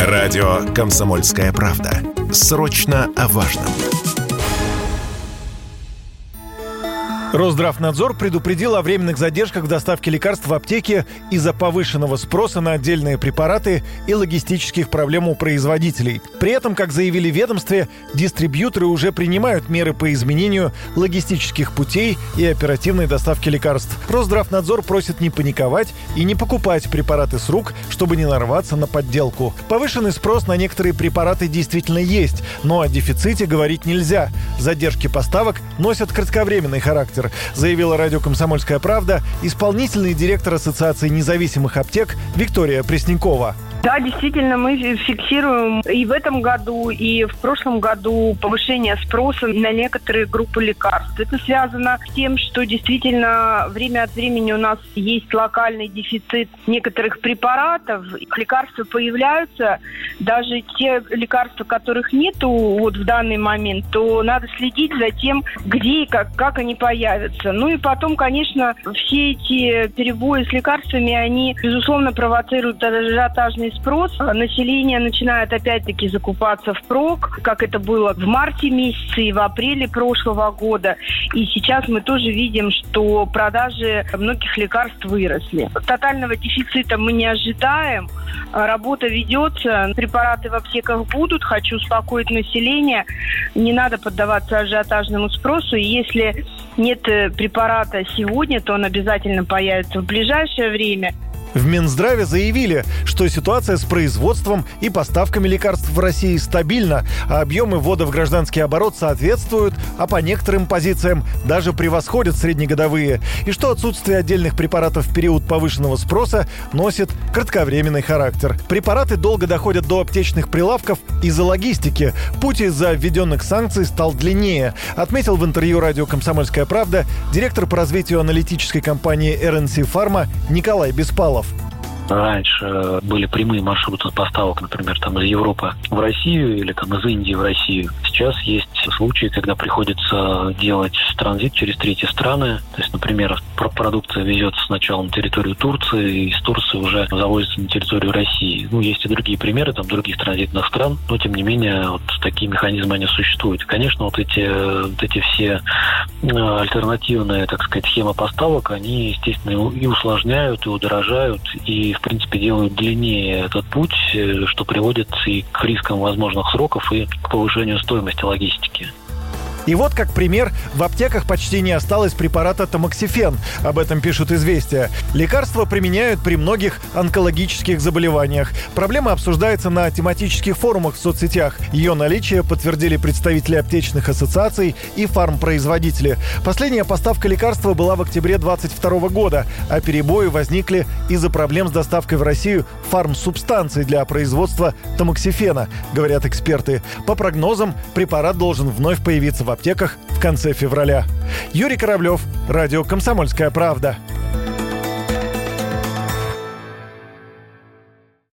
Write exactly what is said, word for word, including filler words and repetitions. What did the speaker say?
Радио «Комсомольская правда». Срочно о важном. Росздравнадзор предупредил о временных задержках в доставке лекарств в аптеке из-за повышенного спроса на отдельные препараты и логистических проблем у производителей. При этом, как заявили в ведомстве, дистрибьюторы уже принимают меры по изменению логистических путей и оперативной доставки лекарств. Росздравнадзор просит не паниковать и не покупать препараты с рук, чтобы не нарваться на подделку. Повышенный спрос на некоторые препараты действительно есть, но о дефиците говорить нельзя. Задержки поставок носят кратковременный характер, заявила радио «Комсомольская правда» исполнительный директор Ассоциации независимых аптек Виктория Преснякова. Да, действительно, мы фиксируем и в этом году, и в прошлом году повышение спроса на некоторые группы лекарств. Это связано с тем, что действительно время от времени у нас есть локальный дефицит некоторых препаратов. Лекарства появляются, даже те лекарства, которых нету вот в данный момент, то надо следить за тем, где и как, как они появятся. Ну и потом, конечно, все эти перебои с лекарствами, они, безусловно, провоцируют ажиотажный спрос. Население начинает опять-таки закупаться впрок, как это было в марте месяце и в апреле прошлого года. И сейчас мы тоже видим, что продажи многих лекарств выросли. Тотального дефицита мы не ожидаем. Работа ведется, препараты в аптеках будут. Хочу успокоить население. Не надо поддаваться ажиотажному спросу. И если нет препарата сегодня, то он обязательно появится в ближайшее время. В Минздраве заявили, что ситуация с производством и поставками лекарств в России стабильна, а объемы ввода в гражданский оборот соответствуют, а по некоторым позициям даже превосходят среднегодовые, и что отсутствие отдельных препаратов в период повышенного спроса носит кратковременный характер. Препараты долго доходят до аптечных прилавков из-за логистики. Путь из-за введенных санкций стал длиннее, отметил в интервью радио «Комсомольская правда» директор по развитию аналитической компании эр эн си Pharma Николай Беспалов. Раньше были прямые маршруты поставок, например, там из Европы в Россию или там из Индии в Россию. Сейчас есть случаи, когда приходится делать транзит через третьи страны. То есть, например, продукция везется сначала на территорию Турции, и из Турции уже завозится на территорию России. Ну, есть и другие примеры, там, других транзитных стран, но, тем не менее, вот такие механизмы, они существуют. Конечно, вот эти, вот эти все альтернативные, так сказать, схемы поставок, они, естественно, и усложняют, и удорожают, и в принципе, делают длиннее этот путь, что приводит и к рискам возможных сроков, и к повышению стоимости логистики. И вот, как пример, в аптеках почти не осталось препарата тамоксифен. Об этом пишут «Известия». Лекарства применяют при многих онкологических заболеваниях. Проблема обсуждается на тематических форумах в соцсетях. Ее наличие подтвердили представители аптечных ассоциаций и фармпроизводители. Последняя поставка лекарства была в октябре двадцать второго года, а перебои возникли из-за проблем с доставкой в Россию фармсубстанций для производства тамоксифена, говорят эксперты. По прогнозам, препарат должен вновь появиться в аптеках в конце февраля. Юрий Кораблев, радио «Комсомольская правда».